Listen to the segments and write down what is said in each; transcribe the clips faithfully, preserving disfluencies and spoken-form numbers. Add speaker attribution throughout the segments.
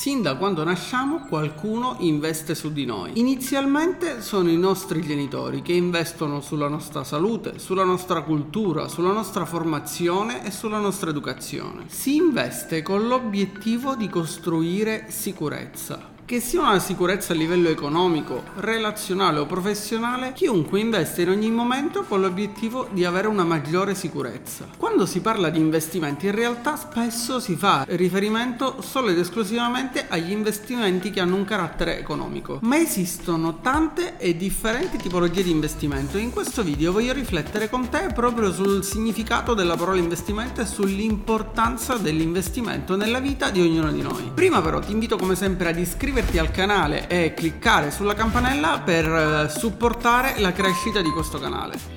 Speaker 1: Sin da quando nasciamo qualcuno investe su di noi. Inizialmente sono i nostri genitori che investono sulla nostra salute, sulla nostra cultura, sulla nostra formazione e sulla nostra educazione. Si investe con l'obiettivo di costruire sicurezza. Che sia una sicurezza a livello economico, relazionale o professionale, chiunque investe in ogni momento con l'obiettivo di avere una maggiore sicurezza. Quando si parla di investimenti, in realtà spesso si fa riferimento solo ed esclusivamente agli investimenti che hanno un carattere economico. Ma esistono tante e differenti tipologie di investimento e in questo video voglio riflettere con te proprio sul significato della parola investimento e sull'importanza dell'investimento nella vita di ognuno di noi. Prima però ti invito come sempre ad iscriverti al canale e cliccare sulla campanella per supportare la crescita di questo canale.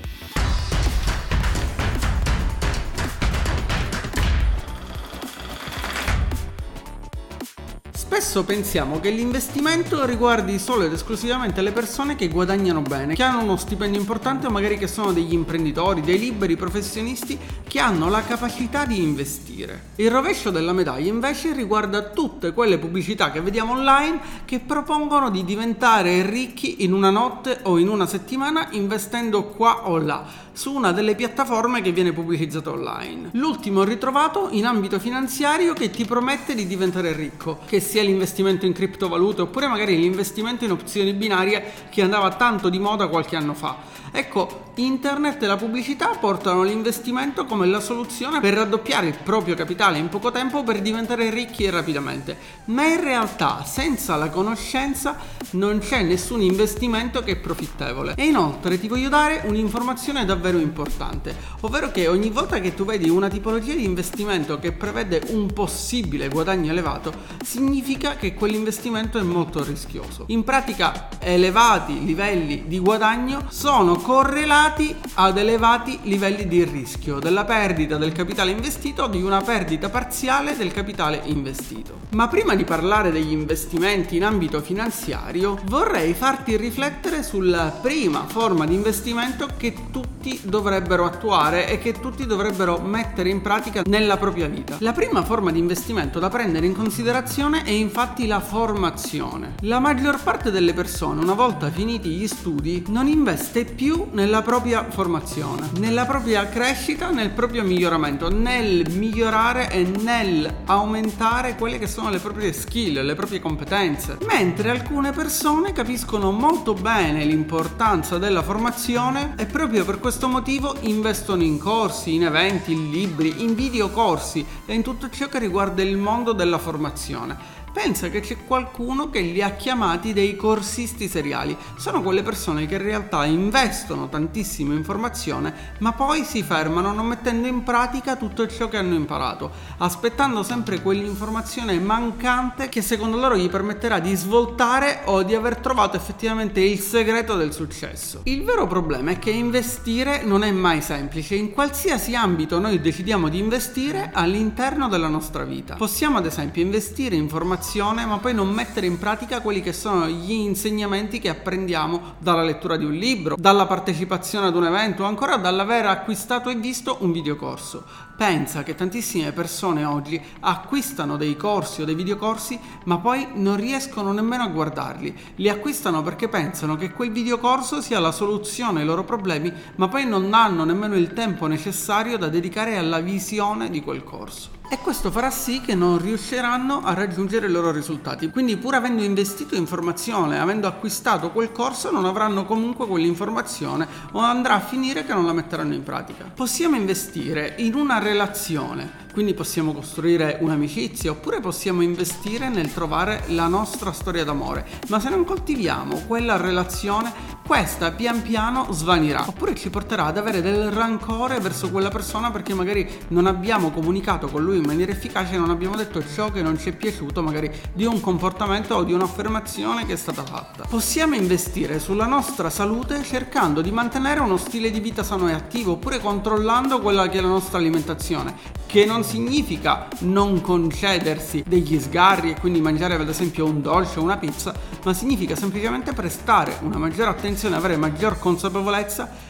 Speaker 1: Spesso pensiamo che l'investimento riguardi solo ed esclusivamente le persone che guadagnano bene, che hanno uno stipendio importante o magari che sono degli imprenditori, dei liberi professionisti che hanno la capacità di investire. Il rovescio della medaglia invece riguarda tutte quelle pubblicità che vediamo online che propongono di diventare ricchi in una notte o in una settimana investendo qua o là su una delle piattaforme che viene pubblicizzata online. L'ultimo ritrovato in ambito finanziario che ti promette di diventare ricco, che sia l'investimento in criptovalute oppure magari l'investimento in opzioni binarie che andava tanto di moda qualche anno fa. Ecco, internet e la pubblicità portano l'investimento come la soluzione per raddoppiare il proprio capitale in poco tempo per diventare ricchi rapidamente, ma in realtà senza la conoscenza non c'è nessun investimento che è profittevole. E inoltre ti voglio dare un'informazione davvero importante, ovvero che ogni volta che tu vedi una tipologia di investimento che prevede un possibile guadagno elevato, significa che quell'investimento è molto rischioso. In pratica, elevati livelli di guadagno sono correlati ad elevati livelli di rischio della perdita del capitale investito o di una perdita parziale del capitale investito. Ma prima di parlare degli investimenti in ambito finanziario, vorrei farti riflettere sulla prima forma di investimento che tutti dovrebbero attuare e che tutti dovrebbero mettere in pratica nella propria vita. La prima forma di investimento da prendere in considerazione è infatti la formazione. La maggior parte delle persone, una volta finiti gli studi, non investe più nella propria formazione, nella propria crescita, nel proprio miglioramento, nel migliorare e nel aumentare quelle che sono le proprie skill, le proprie competenze. Mentre alcune persone capiscono molto bene l'importanza della formazione e proprio per questo motivo investono in corsi, in eventi, in libri, in videocorsi e in tutto ciò che riguarda il mondo della formazione. Pensa che c'è qualcuno che li ha chiamati dei corsisti seriali. Sono quelle persone che in realtà investono tantissimo in formazione, ma poi si fermano non mettendo in pratica tutto ciò che hanno imparato, aspettando sempre quell'informazione mancante che secondo loro gli permetterà di svoltare o di aver trovato effettivamente il segreto del successo. Il vero problema è che investire non è mai semplice. In qualsiasi ambito noi decidiamo di investire all'interno della nostra vita. Possiamo ad esempio investire in formazione ma poi non mettere in pratica quelli che sono gli insegnamenti che apprendiamo dalla lettura di un libro, dalla partecipazione ad un evento o ancora dall'aver acquistato e visto un videocorso. Pensa che tantissime persone oggi acquistano dei corsi o dei videocorsi ma poi non riescono nemmeno a guardarli. Li acquistano perché pensano che quel videocorso sia la soluzione ai loro problemi ma poi non hanno nemmeno il tempo necessario da dedicare alla visione di quel corso. E questo farà sì che non riusciranno a raggiungere i loro risultati. Quindi pur avendo investito in formazione, avendo acquistato quel corso, non avranno comunque quell'informazione o andrà a finire che non la metteranno in pratica. Possiamo investire in una relazione, quindi possiamo costruire un'amicizia oppure possiamo investire nel trovare la nostra storia d'amore, ma se non coltiviamo quella relazione questa pian piano svanirà oppure ci porterà ad avere del rancore verso quella persona perché magari non abbiamo comunicato con lui in maniera efficace, non abbiamo detto ciò che non ci è piaciuto magari di un comportamento o di un'affermazione che è stata fatta. Possiamo investire sulla nostra salute cercando di mantenere uno stile di vita sano e attivo oppure controllando quella che è la nostra alimentazione, che non significa non concedersi degli sgarri e quindi mangiare ad esempio un dolce o una pizza, ma significa semplicemente prestare una maggiore attenzione, avere maggior consapevolezza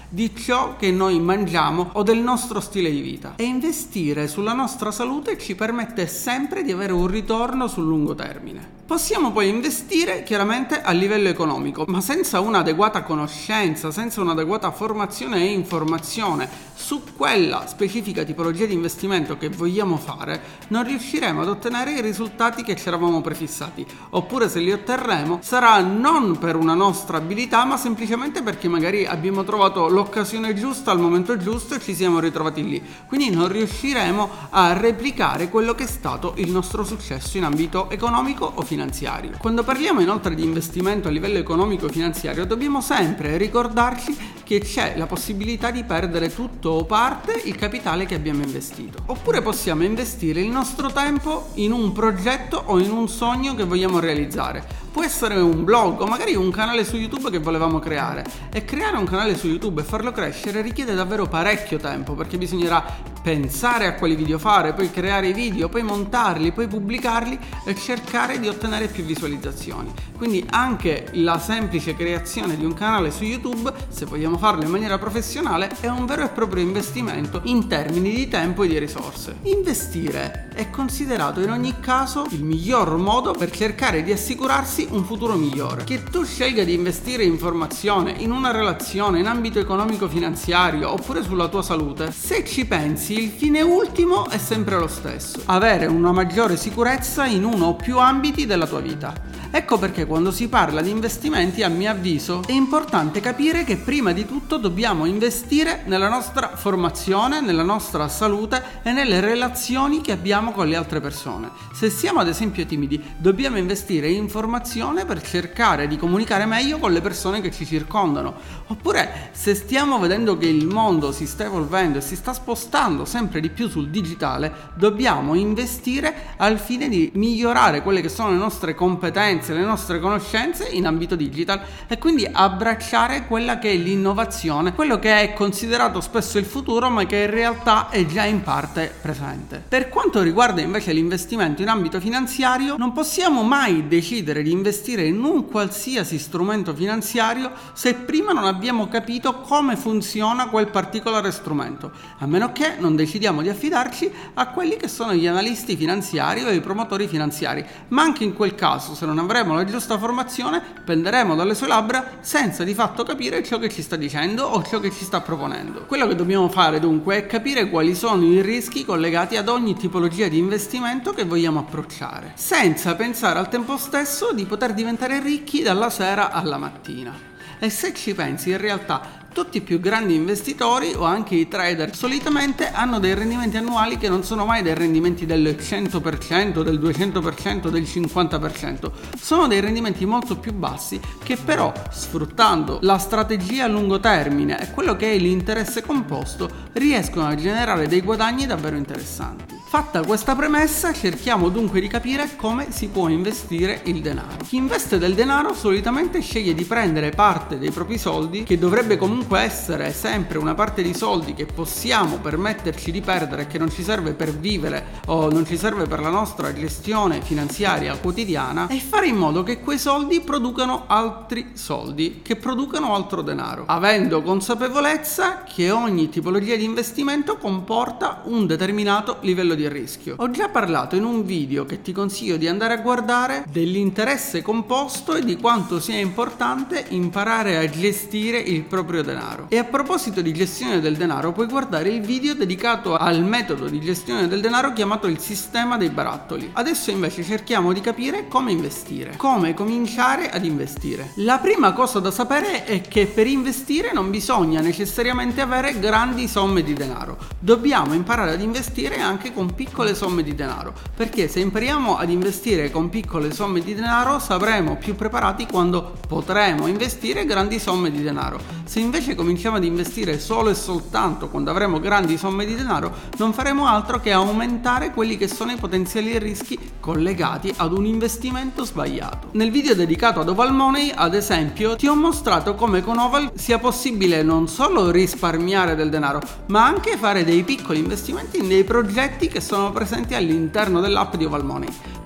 Speaker 1: di ciò che noi mangiamo o del nostro stile di vita. E investire sulla nostra salute ci permette sempre di avere un ritorno sul lungo termine. Possiamo poi investire chiaramente a livello economico, ma senza un'adeguata conoscenza, senza un'adeguata formazione e informazione su quella specifica tipologia di investimento che vogliamo fare, non riusciremo ad ottenere i risultati che ci eravamo prefissati, oppure se li otterremo sarà non per una nostra abilità, ma semplicemente perché magari abbiamo trovato l'occasione giusta al momento giusto e ci siamo ritrovati lì. Quindi non riusciremo a replicare quello che è stato il nostro successo in ambito economico o finanziario. Finanziario. Quando parliamo inoltre di investimento a livello economico-finanziario dobbiamo sempre ricordarci che c'è la possibilità di perdere tutto o parte il capitale che abbiamo investito. Oppure possiamo investire il nostro tempo in un progetto o in un sogno che vogliamo realizzare. Può essere un blog o magari un canale su YouTube che volevamo creare, e creare un canale su YouTube e farlo crescere richiede davvero parecchio tempo, perché bisognerà pensare a quali video fare, poi creare i video, poi montarli, poi pubblicarli e cercare di ottenere più visualizzazioni. Quindi anche la semplice creazione di un canale su YouTube, se vogliamo farlo in maniera professionale, è un vero e proprio investimento in termini di tempo e di risorse. Investire è considerato in ogni caso il miglior modo per cercare di assicurarsi un futuro migliore. Che tu scelga di investire in formazione, in una relazione, in ambito economico-finanziario oppure sulla tua salute, se ci pensi il fine ultimo è sempre lo stesso: avere una maggiore sicurezza in uno o più ambiti della tua vita. Ecco perché quando si parla di investimenti, a mio avviso, è importante capire che prima di tutto dobbiamo investire nella nostra formazione, nella nostra salute e nelle relazioni che abbiamo con le altre persone. Se siamo ad esempio timidi, dobbiamo investire in formazione per cercare di comunicare meglio con le persone che ci circondano. Oppure, se stiamo vedendo che il mondo si sta evolvendo e si sta spostando sempre di più sul digitale, dobbiamo investire al fine di migliorare quelle che sono le nostre competenze, le nostre conoscenze in ambito digital, e quindi abbracciare quella che è l'innovazione, quello che è considerato spesso il futuro ma che in realtà è già in parte presente. Per quanto riguarda invece l'investimento in ambito finanziario, non possiamo mai decidere di investire in un qualsiasi strumento finanziario se prima non abbiamo capito come funziona quel particolare strumento, a meno che non decidiamo di affidarci a quelli che sono gli analisti finanziari o i promotori finanziari. Ma anche in quel caso, se non avremo la giusta formazione, penderemo dalle sue labbra senza di fatto capire ciò che ci sta dicendo o ciò che ci sta proponendo. Quello che dobbiamo fare dunque è capire quali sono i rischi collegati ad ogni tipologia di investimento che vogliamo approcciare, senza pensare al tempo stesso di poter diventare ricchi dalla sera alla mattina. E se ci pensi, in realtà tutti i più grandi investitori o anche i trader solitamente hanno dei rendimenti annuali che non sono mai dei rendimenti del cento per cento, del duecento per cento, del cinquanta per cento. Sono dei rendimenti molto più bassi che però, sfruttando la strategia a lungo termine e quello che è l'interesse composto, riescono a generare dei guadagni davvero interessanti. Fatta questa premessa, cerchiamo dunque di capire come si può investire il denaro. Chi investe del denaro solitamente sceglie di prendere parte dei propri soldi, che dovrebbe comunque essere sempre una parte di soldi che possiamo permetterci di perdere e che non ci serve per vivere o non ci serve per la nostra gestione finanziaria quotidiana, e fare in modo che quei soldi producano altri soldi, che producano altro denaro, avendo consapevolezza che ogni tipologia di investimento comporta un determinato livello di rischio. Ho già parlato in un video che ti consiglio di andare a guardare dell'interesse composto e di quanto sia importante imparare a gestire il proprio denaro. E a proposito di gestione del denaro, puoi guardare il video dedicato al metodo di gestione del denaro chiamato il sistema dei barattoli. Adesso invece cerchiamo di capire come investire, come cominciare ad investire. La prima cosa da sapere è che per investire non bisogna necessariamente avere grandi somme di denaro. Dobbiamo imparare ad investire anche con piccole somme di denaro, perché se impariamo ad investire con piccole somme di denaro saremo più preparati quando potremo investire grandi somme di denaro. Se invece cominciamo ad investire solo e soltanto quando avremo grandi somme di denaro, non faremo altro che aumentare quelli che sono i potenziali rischi collegati ad un investimento sbagliato. Nel video dedicato ad Oval Money, ad esempio, ti ho mostrato come con Oval sia possibile non solo risparmiare del denaro, ma anche fare dei piccoli investimenti in dei progetti che sono presenti all'interno dell'app di Oval Money.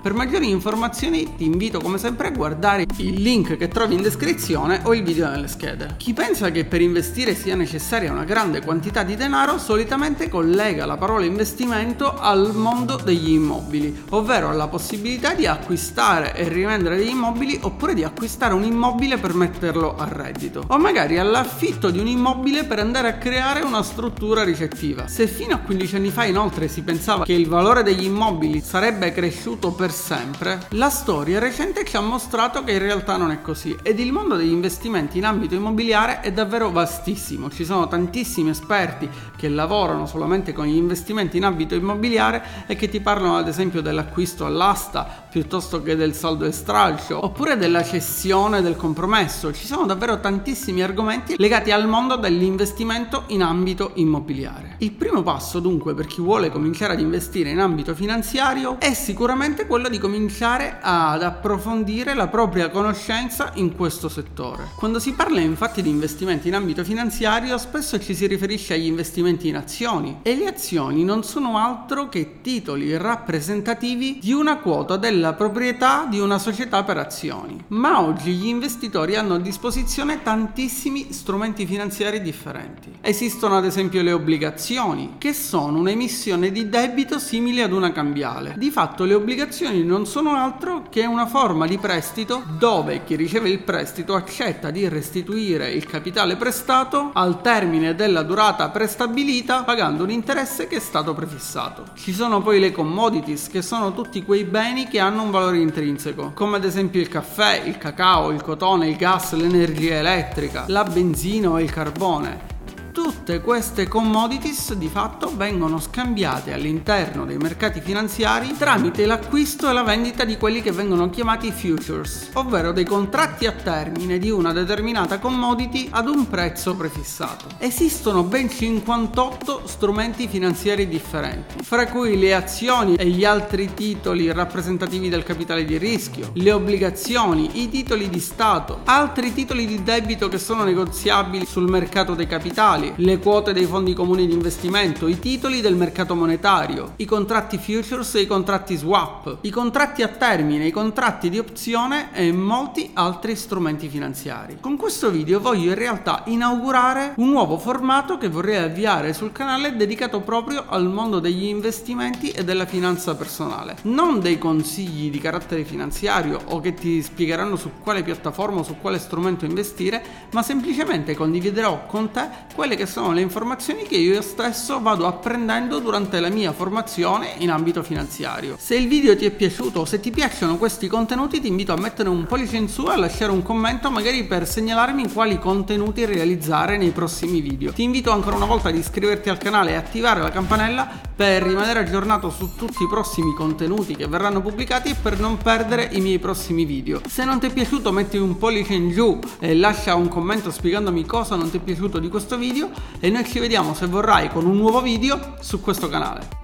Speaker 1: Per maggiori informazioni ti invito come sempre a guardare il link che trovi in descrizione o il video nelle schede. Chi pensa che per investire sia necessaria una grande quantità di denaro solitamente collega la parola investimento al mondo degli immobili, ovvero alla possibilità di acquistare e rivendere degli immobili oppure di acquistare un immobile per metterlo a reddito, o magari all'affitto di un immobile per andare a creare una struttura ricettiva. Se fino a quindici anni fa inoltre si pensava che il valore degli immobili sarebbe cresciuto per sempre, la storia recente ci ha mostrato che in realtà non è così ed il mondo degli investimenti in ambito immobiliare è davvero vastissimo. Ci sono tantissimi esperti che lavorano solamente con gli investimenti in ambito immobiliare e che ti parlano ad esempio dell'acquisto all'asta piuttosto che del saldo e stralcio oppure della cessione del compromesso. Ci sono davvero tantissimi argomenti legati al mondo dell'investimento in ambito immobiliare. Il primo passo dunque per chi vuole cominciare ad investire in ambito finanziario è sicuramente quello di cominciare ad approfondire la propria conoscenza in questo settore. Quando si parla infatti di investimenti in ambito finanziario spesso ci si riferisce agli investimenti in azioni e le azioni non sono altro che titoli rappresentativi di una quota della proprietà di una società per azioni. Ma oggi gli investitori hanno a disposizione tantissimi strumenti finanziari differenti. Esistono ad esempio le obbligazioni, che sono un'emissione di debito simile ad una cambiale. Di fatto le obbligazioni non sono altro che una forma di prestito dove chi riceve il prestito accetta di restituire il capitale prestato al termine della durata prestabilita pagando un interesse che è stato prefissato. Ci sono poi le commodities, che sono tutti quei beni che hanno un valore intrinseco, come ad esempio il caffè, il cacao, il cotone, il gas, l'energia elettrica, la benzina o il carbone. Tutte queste commodities di fatto vengono scambiate all'interno dei mercati finanziari tramite l'acquisto e la vendita di quelli che vengono chiamati futures, ovvero dei contratti a termine di una determinata commodity ad un prezzo prefissato. Esistono ben cinquantotto strumenti finanziari differenti, fra cui le azioni e gli altri titoli rappresentativi del capitale di rischio, le obbligazioni, i titoli di Stato, altri titoli di debito che sono negoziabili sul mercato dei capitali, le quote dei fondi comuni di investimento, i titoli del mercato monetario, i contratti futures e i contratti swap, i contratti a termine, i contratti di opzione e molti altri strumenti finanziari. Con questo video voglio in realtà inaugurare un nuovo formato che vorrei avviare sul canale dedicato proprio al mondo degli investimenti e della finanza personale. Non dei consigli di carattere finanziario o che ti spiegheranno su quale piattaforma o su quale strumento investire, ma semplicemente condividerò con te quelle che sono le informazioni che io stesso vado apprendendo durante la mia formazione in ambito finanziario. Se il video ti è piaciuto o se ti piacciono questi contenuti ti invito a mettere un pollice in su e a lasciare un commento magari per segnalarmi quali contenuti realizzare nei prossimi video. Ti invito ancora una volta ad iscriverti al canale e attivare la campanella per rimanere aggiornato su tutti i prossimi contenuti che verranno pubblicati e per non perdere i miei prossimi video. Se non ti è piaciuto metti un pollice in giù e lascia un commento spiegandomi cosa non ti è piaciuto di questo video e noi ci vediamo, se vorrai, con un nuovo video su questo canale.